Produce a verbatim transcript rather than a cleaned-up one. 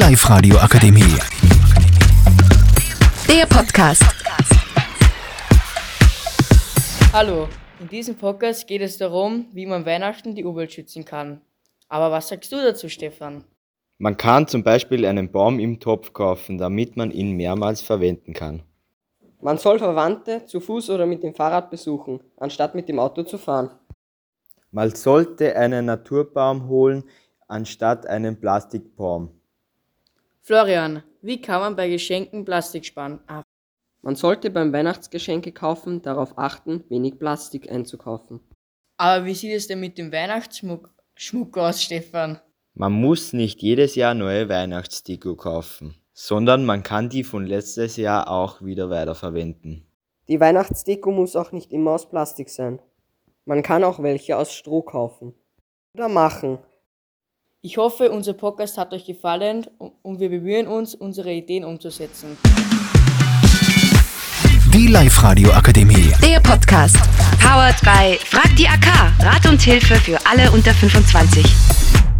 Live-Radio Akademie. Der Podcast. Hallo, in diesem Podcast geht es darum, wie man Weihnachten die Umwelt schützen kann. Aber was sagst du dazu, Stefan? Man kann zum Beispiel einen Baum im Topf kaufen, damit man ihn mehrmals verwenden kann. Man soll Verwandte zu Fuß oder mit dem Fahrrad besuchen, anstatt mit dem Auto zu fahren. Man sollte einen Naturbaum holen, anstatt einen Plastikbaum. Florian, wie kann man bei Geschenken Plastik sparen? Ah, Man sollte beim Weihnachtsgeschenke kaufen darauf achten, wenig Plastik einzukaufen. aber wie sieht es denn mit dem Weihnachtsschmuck Schmuck aus, Stefan? Man muss nicht jedes Jahr neue Weihnachtsdeko kaufen, sondern man kann die von letztes Jahr auch wieder weiterverwenden. Die Weihnachtsdeko muss auch nicht immer aus Plastik sein. Man kann auch welche aus Stroh kaufen. Oder machen. Ich hoffe, unser Podcast hat euch gefallen und wir bemühen uns, unsere Ideen umzusetzen. Die Live-Radio Akademie. Der Podcast. Powered by Frag die A K. Rat und Hilfe für alle unter fünfundzwanzig.